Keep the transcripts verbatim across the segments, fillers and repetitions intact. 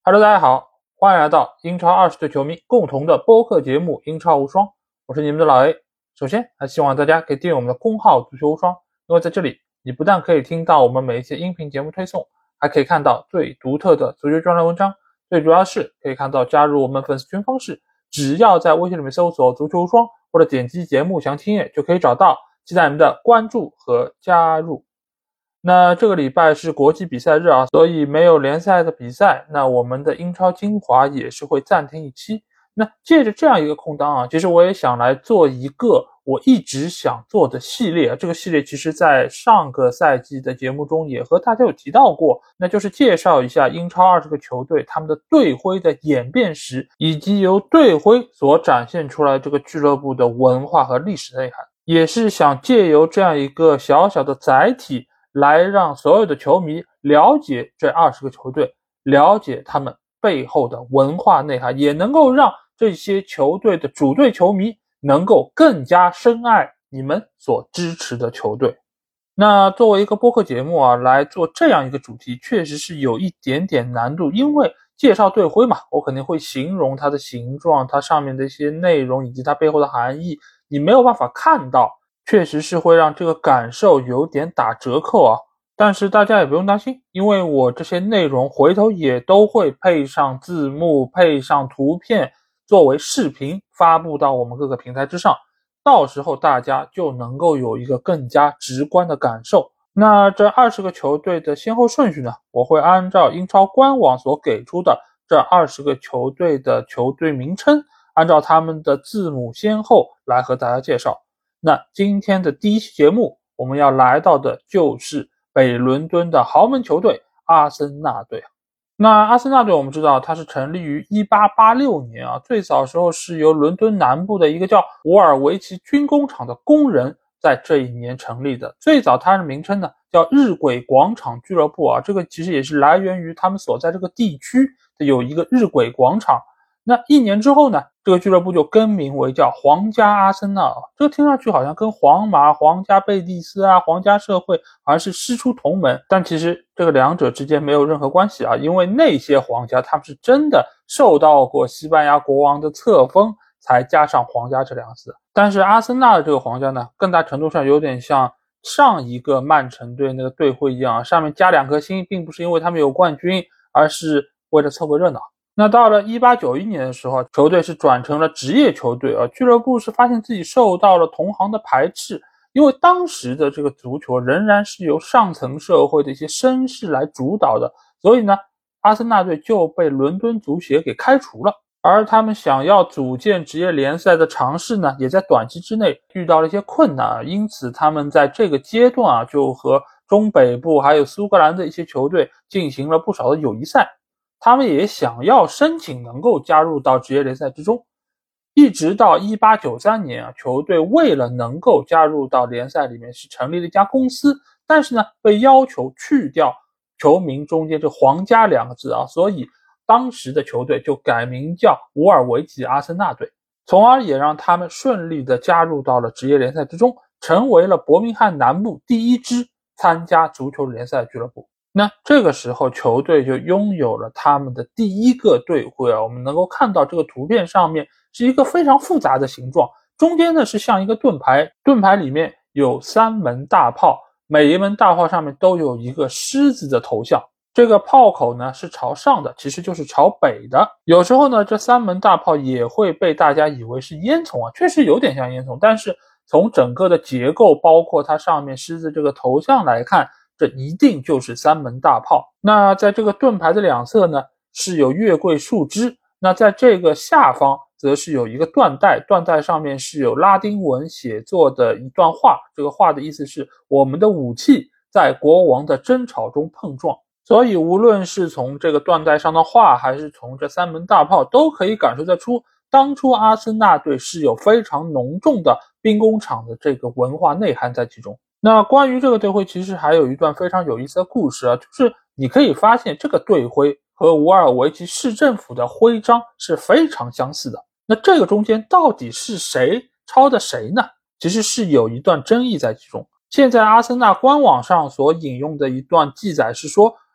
Hello， 大家好，欢迎来到英超二十队球迷共同的播客节目《英超无双》，我是你们的老 A。首先，还希望大家可以订阅我们的公号“足球无双”，因为在这里，你不但可以听到我们每一期音频节目推送，还可以看到最独特的足球专栏文章。最主要是可以看到加入我们粉丝群方式，只要在微信里面搜索“足球无双”或者点击节目详情页就可以找到。期待你们的关注和加入。那这个礼拜是国际比赛日啊，所以没有联赛的比赛，那我们的英超精华也是会暂停一期。那借着这样一个空档啊，其实我也想来做一个我一直想做的系列啊。这个系列其实在上个赛季的节目中也和大家有提到过，那就是介绍一下英超二十个球队他们的队徽的演变史，以及由队徽所展现出来这个俱乐部的文化和历史内涵。也是想借由这样一个小小的载体，来让所有的球迷了解这二十个球队，了解他们背后的文化内涵，也能够让这些球队的主队球迷能够更加深爱你们所支持的球队。那作为一个播客节目啊，来做这样一个主题确实是有一点点难度，因为介绍队徽嘛，我肯定会形容它的形状，它上面的一些内容以及它背后的含义，你没有办法看到，确实是会让这个感受有点打折扣啊。但是大家也不用担心，因为我这些内容回头也都会配上字幕，配上图片，作为视频发布到我们各个平台之上，到时候大家就能够有一个更加直观的感受。那这二十个球队的先后顺序呢，我会按照英超官网所给出的这二十个球队的球队名称，按照他们的字母先后来和大家介绍。那今天的第一期节目，我们要来到的就是北伦敦的豪门球队阿森纳队。那阿森纳队我们知道它是成立于一八八六年啊，最早时候是由伦敦南部的一个叫伍尔维奇军工厂的工人在这一年成立的。最早它的名称呢叫日晷广场俱乐部啊，这个其实也是来源于他们所在这个地区的有一个日晷广场。那一年之后呢，这个俱乐部就更名为叫皇家阿森纳啊，这个听上去好像跟皇马、皇家贝蒂斯啊、皇家社会好像是师出同门，但其实这个两者之间没有任何关系啊，因为那些皇家他们是真的受到过西班牙国王的册封才加上皇家这两个字。但是阿森纳的这个皇家呢，更大程度上有点像上一个曼城队那个队徽一样，上面加两颗星，并不是因为他们有冠军，而是为了凑个热闹。那到了一八九一年的时候，球队是转成了职业球队啊。俱乐部是发现自己受到了同行的排斥，因为当时的这个足球仍然是由上层社会的一些绅士来主导的，所以呢，阿森纳队就被伦敦足协给开除了。而他们想要组建职业联赛的尝试呢，也在短期之内遇到了一些困难，因此他们在这个阶段啊，就和中北部还有苏格兰的一些球队进行了不少的友谊赛。他们也想要申请能够加入到职业联赛之中，一直到一八九三年啊，球队为了能够加入到联赛里面，是成立了一家公司，但是呢，被要求去掉球名中间这皇家两个字啊，所以当时的球队就改名叫伍尔维奇阿森纳队，从而也让他们顺利的加入到了职业联赛之中，成为了伯明翰南部第一支参加足球联赛俱乐部。那这个时候球队就拥有了他们的第一个队徽啊，我们能够看到这个图片上面是一个非常复杂的形状，中间呢是像一个盾牌，盾牌里面有三门大炮，每一门大炮上面都有一个狮子的头像，这个炮口呢是朝上的，其实就是朝北的。有时候呢这三门大炮也会被大家以为是烟囱啊，确实有点像烟囱，但是从整个的结构包括它上面狮子这个头像来看，这一定就是三门大炮。那在这个盾牌的两侧呢是有月桂树枝，那在这个下方则是有一个缎带，缎带上面是有拉丁文写作的一段话，这个话的意思是我们的武器在国王的争吵中碰撞。所以无论是从这个缎带上的话，还是从这三门大炮，都可以感受得出当初阿森纳队是有非常浓重的兵工厂的这个文化内涵在其中。那关于这个队徽其实还有一段非常有意思的故事啊，就是你可以发现这个队徽和伍尔维奇市政府的徽章是非常相似的。那这个中间到底是谁抄的谁呢？其实是有一段争议在其中。现在阿森纳官网上所引用的一段记载是说，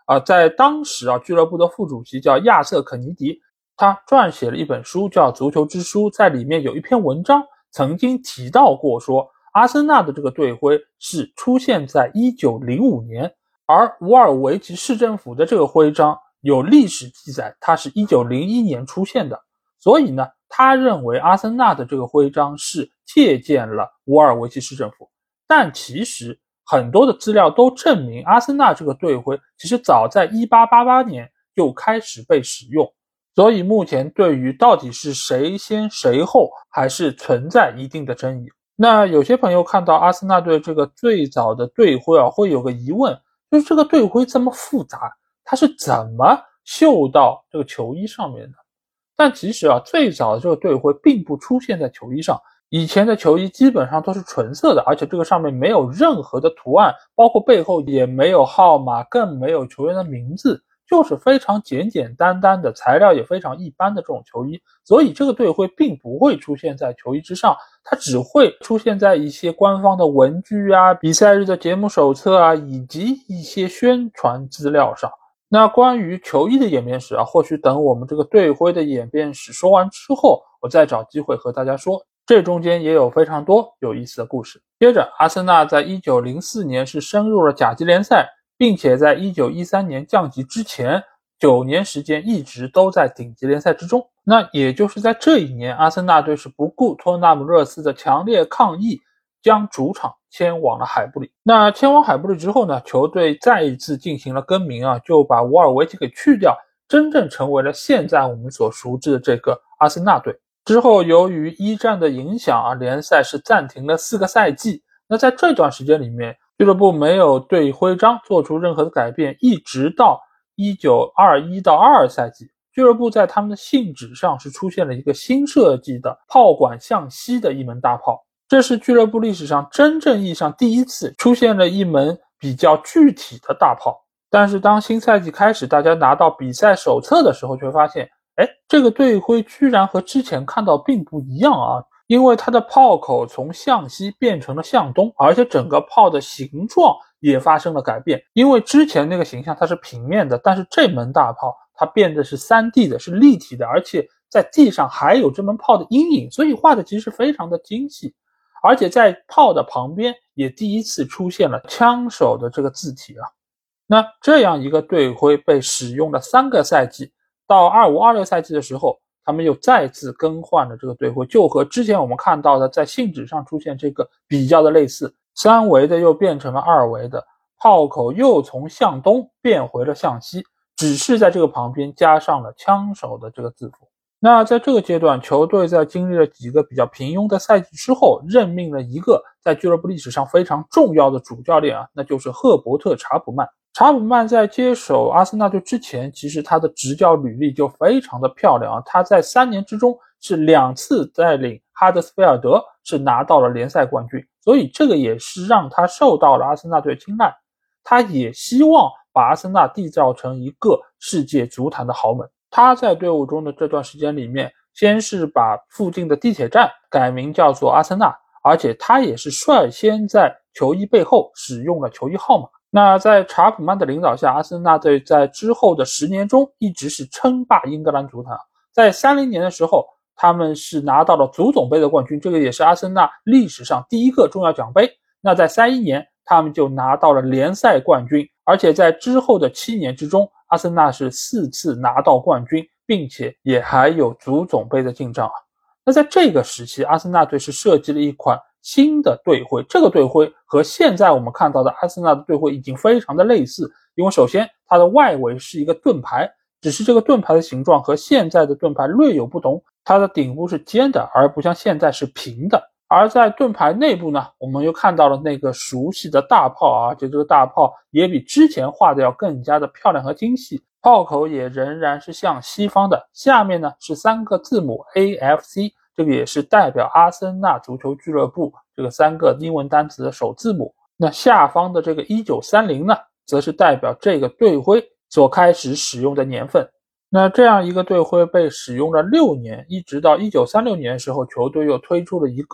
啊，在当时啊，俱乐部的副主席叫亚瑟肯尼迪，他撰写了一本书叫《足球之书》，在里面有一篇文章曾经提到过说，阿森纳的这个队徽是出现在一九零五年，而乌尔维奇市政府的这个徽章有历史记载，它是一九零一年出现的。所以呢，他认为阿森纳的这个徽章是借鉴了乌尔维奇市政府。但其实很多的资料都证明，阿森纳这个队徽其实早在一八八八年就开始被使用。所以目前对于到底是谁先谁后还是存在一定的争议。那有些朋友看到阿森纳队这个最早的队徽啊，会有个疑问，就是这个队徽这么复杂，它是怎么绣到这个球衣上面的？但其实啊，最早的这个队徽并不出现在球衣上，以前的球衣基本上都是纯色的，而且这个上面没有任何的图案，包括背后也没有号码，更没有球员的名字，就是非常简简单单的，材料也非常一般的这种球衣。所以这个队徽并不会出现在球衣之上，它只会出现在一些官方的文具啊、比赛日的节目手册啊，以及一些宣传资料上。那关于球衣的演变史啊，或许等我们这个队徽的演变史说完之后，我再找机会和大家说，这中间也有非常多有意思的故事。接着，阿森纳在一九零四年是升入了甲级联赛，并且在一九一三年降级之前九年时间一直都在顶级联赛之中。那也就是在这一年，阿森纳队是不顾托纳姆热刺的强烈抗议，将主场迁往了海布里。那迁往海布里之后呢，球队再一次进行了更名啊，就把乌尔维奇给去掉，真正成为了现在我们所熟知的这个阿森纳队。之后由于一战的影响啊，联赛是暂停了四个赛季。那在这段时间里面，俱乐部没有对徽章做出任何的改变，一直到一九二一到二二赛季，俱乐部在他们的信纸上是出现了一个新设计的炮管向西的一门大炮。这是俱乐部历史上真正意义上第一次出现了一门比较具体的大炮。但是当新赛季开始，大家拿到比赛手册的时候，却发现哎，这个队徽居然和之前看到并不一样啊，因为它的炮口从向西变成了向东，而且整个炮的形状也发生了改变。因为之前那个形象它是平面的，但是这门大炮它变得是 三 D 的，是立体的，而且在地上还有这门炮的阴影，所以画的其实非常的精细。而且在炮的旁边也第一次出现了枪手的这个字体啊。那这样一个队徽被使用了三个赛季，到二五二六赛季的时候，他们又再次更换了这个队徽，就和之前我们看到的在信纸上出现这个比较的类似，三维的又变成了二维的，炮口又从向东变回了向西，只是在这个旁边加上了枪手的这个字符。那在这个阶段，球队在经历了几个比较平庸的赛季之后，任命了一个在俱乐部历史上非常重要的主教练啊，那就是赫伯特·查普曼。查普曼在接手阿森纳队之前，其实他的执教履历就非常的漂亮啊，他在三年之中是两次带领哈德斯菲尔德是拿到了联赛冠军，所以这个也是让他受到了阿森纳队青睐。他也希望把阿森纳缔造成一个世界足坛的豪门。他在队伍中的这段时间里面，先是把附近的地铁站改名叫做阿森纳，而且他也是率先在球衣背后使用了球衣号码。那在查普曼的领导下，阿森纳队在之后的十年中一直是称霸英格兰足坛。在三十年的时候，他们是拿到了足总杯的冠军，这个也是阿森纳历史上第一个重要奖杯。那在三十一年，他们就拿到了联赛冠军，而且在之后的七年之中，阿森纳是四次拿到冠军，并且也还有足总杯的进账啊。那在这个时期，阿森纳队是设计了一款新的队徽，这个队徽和现在我们看到的阿森纳的队徽已经非常的类似，因为首先它的外围是一个盾牌，只是这个盾牌的形状和现在的盾牌略有不同，它的顶部是尖的，而不像现在是平的。而在盾牌内部呢，我们又看到了那个熟悉的大炮啊，就这个大炮也比之前画的要更加的漂亮和精细，炮口也仍然是向西方的，下面呢是三个字母 A F C， 这个也是代表阿森纳足球俱乐部这个三个英文单词的首字母。那下方的这个一九三零呢，则是代表这个队徽所开始使用的年份。那这样一个队徽被使用了六年，一直到一九三六年的时候，球队又推出了一个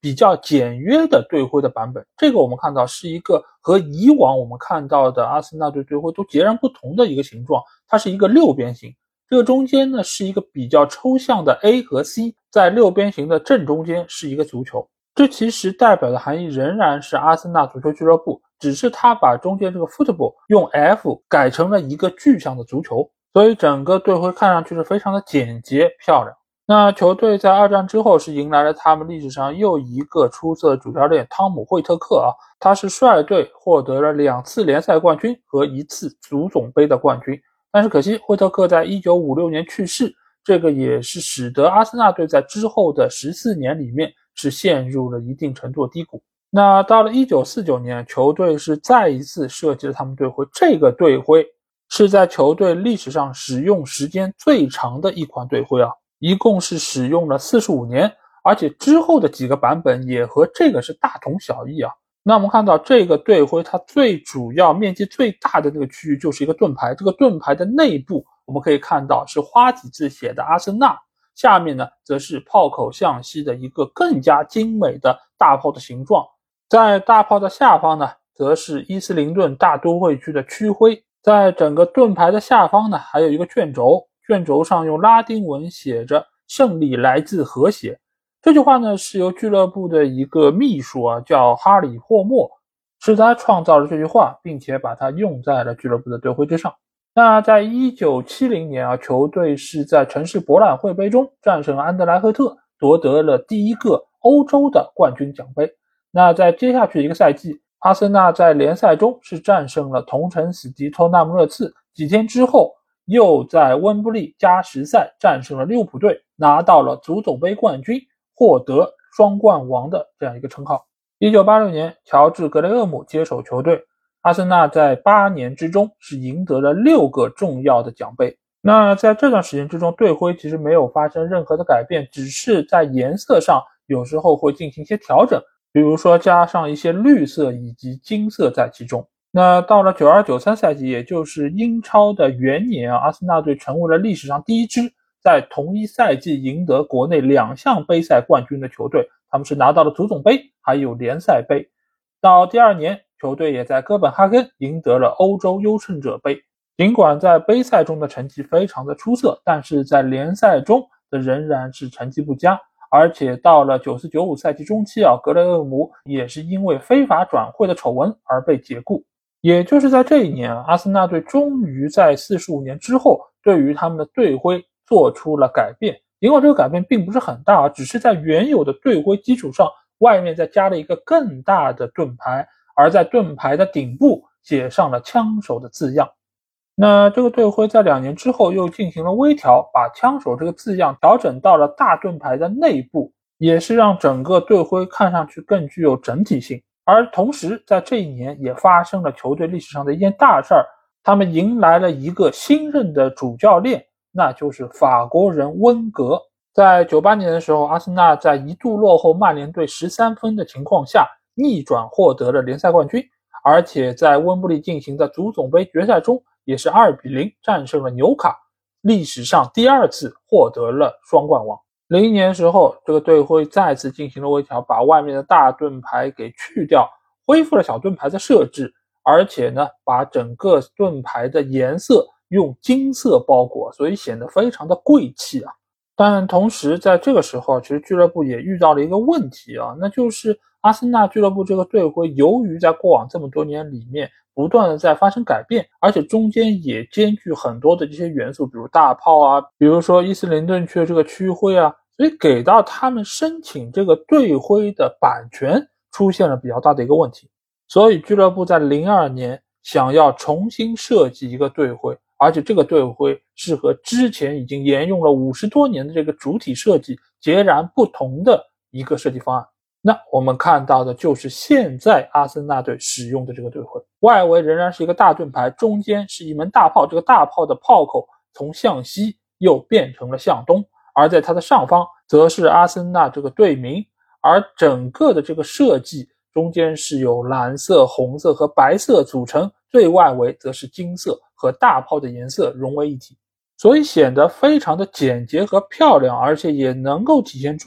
比较简约的队徽的版本。这个我们看到是一个和以往我们看到的阿森纳队队徽都截然不同的一个形状，它是一个六边形，这个中间呢是一个比较抽象的 A 和 C， 在六边形的正中间是一个足球。这其实代表的含义仍然是阿森纳足球俱乐部，只是他把中间这个 football 用 F 改成了一个具象的足球，所以整个队徽看上去是非常的简洁漂亮。那球队在二战之后是迎来了他们历史上又一个出色的主教练汤姆惠特克啊，他是率队获得了两次联赛冠军和一次足总杯的冠军，但是可惜惠特克在一九五六年去世，这个也是使得阿森纳队在之后的十四年里面是陷入了一定程度的低谷。那到了一九四九年，球队是再一次设计了他们队徽，这个队徽是在球队历史上使用时间最长的一款队徽啊，一共是使用了四十五年，而且之后的几个版本也和这个是大同小异啊。那我们看到这个队徽它最主要面积最大的那个区域就是一个盾牌，这个盾牌的内部我们可以看到是花体字写的阿森纳，下面呢则是炮口向西的一个更加精美的大炮的形状，在大炮的下方呢则是伊斯灵顿大都会区的区徽，在整个盾牌的下方呢还有一个卷轴，卷轴上用拉丁文写着胜利来自和谐，这句话呢是由俱乐部的一个秘书啊叫哈里霍默，是他创造了这句话，并且把它用在了俱乐部的队徽之上。那在一九七零年啊，球队是在城市博览会杯中战胜了安德莱赫特，夺得了第一个欧洲的冠军奖杯。那在接下去一个赛季，阿森纳在联赛中是战胜了同城死敌托纳姆热刺，几天之后又在温布利加时赛战胜了利物浦队，拿到了足总杯冠军，获得双冠王的这样一个称号。一九八六年，乔治格雷厄姆接手球队，阿森纳在八年之中是赢得了六个重要的奖杯。那在这段时间之中，队徽其实没有发生任何的改变，只是在颜色上有时候会进行一些调整，比如说加上一些绿色以及金色在其中。那到了九二九三赛季，也就是英超的元年啊，阿森纳队成为了历史上第一支在同一赛季赢得国内两项杯赛冠军的球队，他们是拿到了足总杯还有联赛杯。到第二年，球队也在哥本哈根赢得了欧洲优胜者杯。尽管在杯赛中的成绩非常的出色，但是在联赛中的仍然是成绩不佳，而且到了九四九五赛季中期啊，格雷厄姆也是因为非法转会的丑闻而被解雇。也就是在这一年啊，阿森纳队终于在四十五年之后对于他们的队徽做出了改变，尽管这个改变并不是很大，只是在原有的队徽基础上外面再加了一个更大的盾牌，而在盾牌的顶部写上了枪手的字样。那这个队徽在两年之后又进行了微调，把枪手这个字样调整到了大盾牌的内部，也是让整个队徽看上去更具有整体性。而同时在这一年也发生了球队历史上的一件大事儿，他们迎来了一个新任的主教练，那就是法国人温格。在九八年的时候，阿森纳在一度落后曼联队十三分的情况下逆转获得了联赛冠军，而且在温布利进行的足总杯决赛中也是二比零战胜了纽卡，历史上第二次获得了双冠王。零一年的时候，这个队徽再次进行了微调，把外面的大盾牌给去掉，恢复了小盾牌的设置，而且呢把整个盾牌的颜色用金色包裹，所以显得非常的贵气啊。但同时在这个时候，其实俱乐部也遇到了一个问题啊，那就是阿森纳俱乐部这个队徽由于在过往这么多年里面不断的在发生改变，而且中间也兼具很多的这些元素，比如大炮啊，比如说伊斯灵顿区的这个区徽啊，所以给到他们申请这个队徽的版权出现了比较大的一个问题。所以俱乐部在零二年想要重新设计一个队徽，而且这个队徽是和之前已经沿用了五十多年的这个主体设计截然不同的一个设计方案。那我们看到的就是现在阿森纳队使用的这个队徽，外围仍然是一个大盾牌，中间是一门大炮，这个大炮的炮口从向西又变成了向东，而在它的上方则是阿森纳这个队名，而整个的这个设计中间是由蓝色、红色和白色组成，最外围则是金色和大炮的颜色融为一体，所以显得非常的简洁和漂亮，而且也能够体现出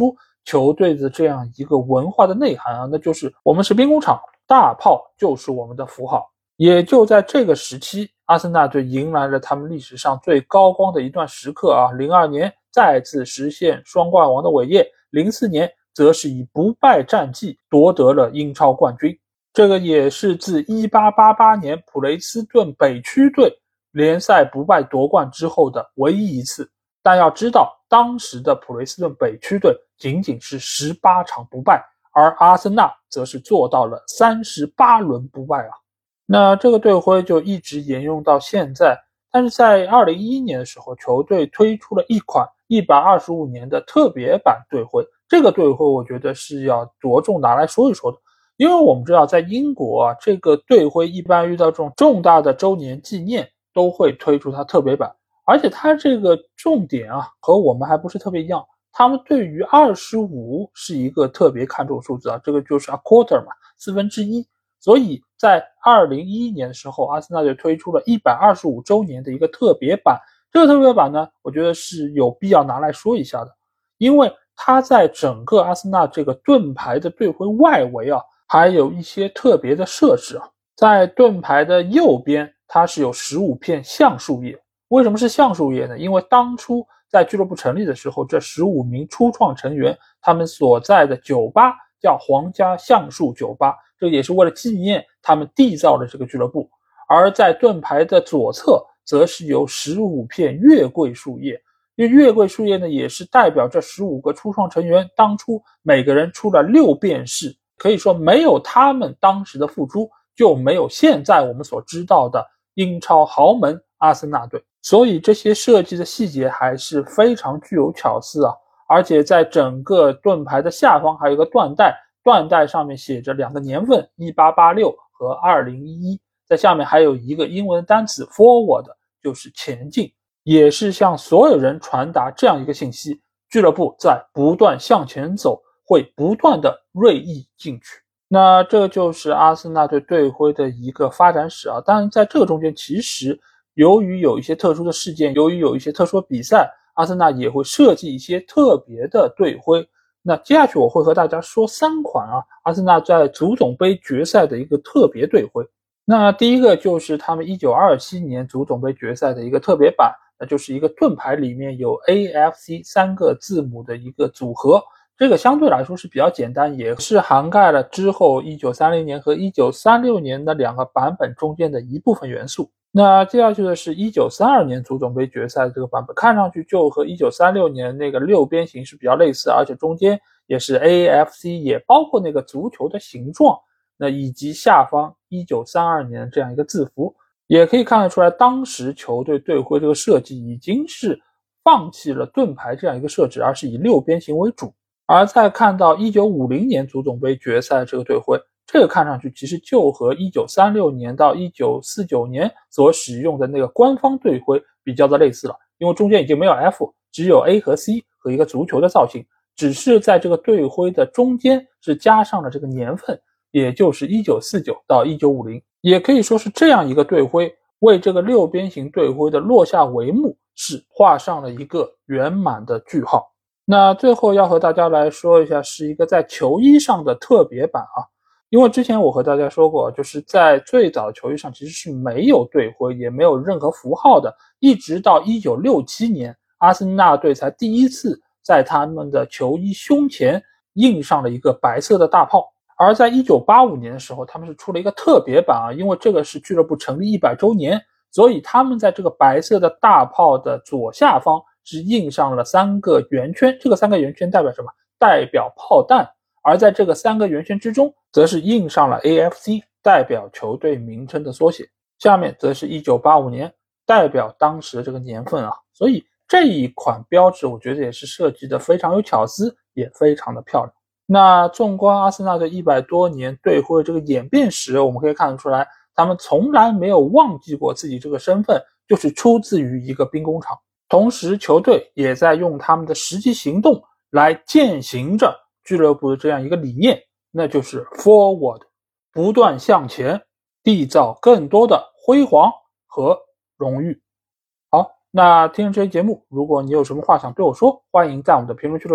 球队的这样一个文化的内涵啊，那就是我们是兵工厂，大炮就是我们的符号。也就在这个时期，阿森纳队迎来了他们历史上最高光的一段时刻啊！零二年再次实现双冠王的伟业，零四年则是以不败战绩夺得了英超冠军。这个也是自一八八八年普雷斯顿北区队联赛不败夺冠之后的唯一一次。但要知道，当时的普雷斯顿北区队仅仅是十八场不败，而阿森纳则是做到了三十八轮不败啊！那这个队徽就一直沿用到现在，但是在二零一一年的时候，球队推出了一款一百二十五年的特别版队徽。这个队徽我觉得是要着重拿来说一说的，因为我们知道在英国啊，这个队徽一般遇到这种重大的周年纪念都会推出它特别版，而且它这个重点啊和我们还不是特别一样，他们对于二十五是一个特别看重数字啊，这个就是 a quarter 嘛，四分之一。所以在二零一一年的时候，阿森纳就推出了一百二十五周年的一个特别版。这个特别版呢，我觉得是有必要拿来说一下的，因为它在整个阿森纳这个盾牌的队徽外围啊，还有一些特别的设置啊。在盾牌的右边，它是有十五片橡树叶。为什么是橡树叶呢？因为当初在俱乐部成立的时候，这十五名初创成员他们所在的酒吧叫皇家橡树酒吧，这也是为了纪念他们缔造的这个俱乐部。而在盾牌的左侧则是有十五片月桂树叶，因为月桂树叶呢也是代表这十五个初创成员当初每个人出了六便士，可以说没有他们当时的付出，就没有现在我们所知道的英超豪门阿森纳队。所以这些设计的细节还是非常具有巧思啊！而且在整个盾牌的下方还有一个缎带，缎带上面写着两个年份一八八六和二零一一，在下面还有一个英文单词 forward， 就是前进，也是向所有人传达这样一个信息：俱乐部在不断向前走，会不断的锐意进取。那这就是阿森纳队队徽的一个发展史啊！当然在这个中间，其实由于有一些特殊的事件，由于有一些特殊的比赛，阿森纳也会设计一些特别的队徽。那接下去我会和大家说三款啊，阿森纳在足总杯决赛的一个特别队徽。那第一个就是他们一九二七年足总杯决赛的一个特别版，那就是一个盾牌里面有 A F C 三个字母的一个组合。这个相对来说是比较简单，也是涵盖了之后一九三零年和一九三六年的两个版本中间的一部分元素。那接下去的是一九三二年足总杯决赛的这个版本，看上去就和一九三六年那个六边形是比较类似，而且中间也是 A F C， 也包括那个足球的形状，那以及下方一九三二年这样一个字符，也可以看得出来当时球队队徽这个设计已经是放弃了盾牌这样一个设置，而是以六边形为主。而再看到一九五零年足总杯决赛这个队徽，这个看上去其实就和一九三六年到一九四九年所使用的那个官方队徽比较的类似了，因为中间已经没有 F， 只有 A 和 C 和一个足球的造型，只是在这个队徽的中间是加上了这个年份，也就是一九四九到一九五零，也可以说是这样一个队徽为这个六边形队徽的落下帷幕是画上了一个圆满的句号。那最后要和大家来说一下，是一个在球衣上的特别版啊。因为之前我和大家说过，就是在最早的球衣上其实是没有队徽，也没有任何符号的，一直到一九六七年，阿森纳队才第一次在他们的球衣胸前印上了一个白色的大炮。而在一九八五年的时候，他们是出了一个特别版啊，因为这个是俱乐部成立一百周年，所以他们在这个白色的大炮的左下方是印上了三个圆圈，这个三个圆圈代表什么？代表炮弹。而在这个三个圆圈之中，则是印上了 A F C， 代表球队名称的缩写。下面则是一九八五年，代表当时的这个年份啊。所以这一款标志，我觉得也是设计的非常有巧思，也非常的漂亮。那纵观阿森纳队一百多年队徽这个演变史，我们可以看得出来，他们从来没有忘记过自己这个身份，就是出自于一个兵工厂。同时，球队也在用他们的实际行动来践行着俱乐部的这样一个理念，那就是 forward， 不断向前，缔造更多的辉煌和荣誉。好，那听这期节目，如果你有什么话想对我说，欢迎在我们的评论区留言。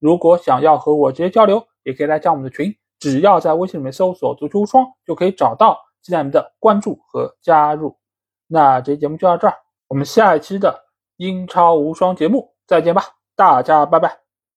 如果想要和我直接交流，也可以来加我们的群，只要在微信里面搜索足球无双就可以找到，期待你们的关注和加入。那这期节目就到这儿，我们下一期的英超无双节目再见吧，大家拜拜。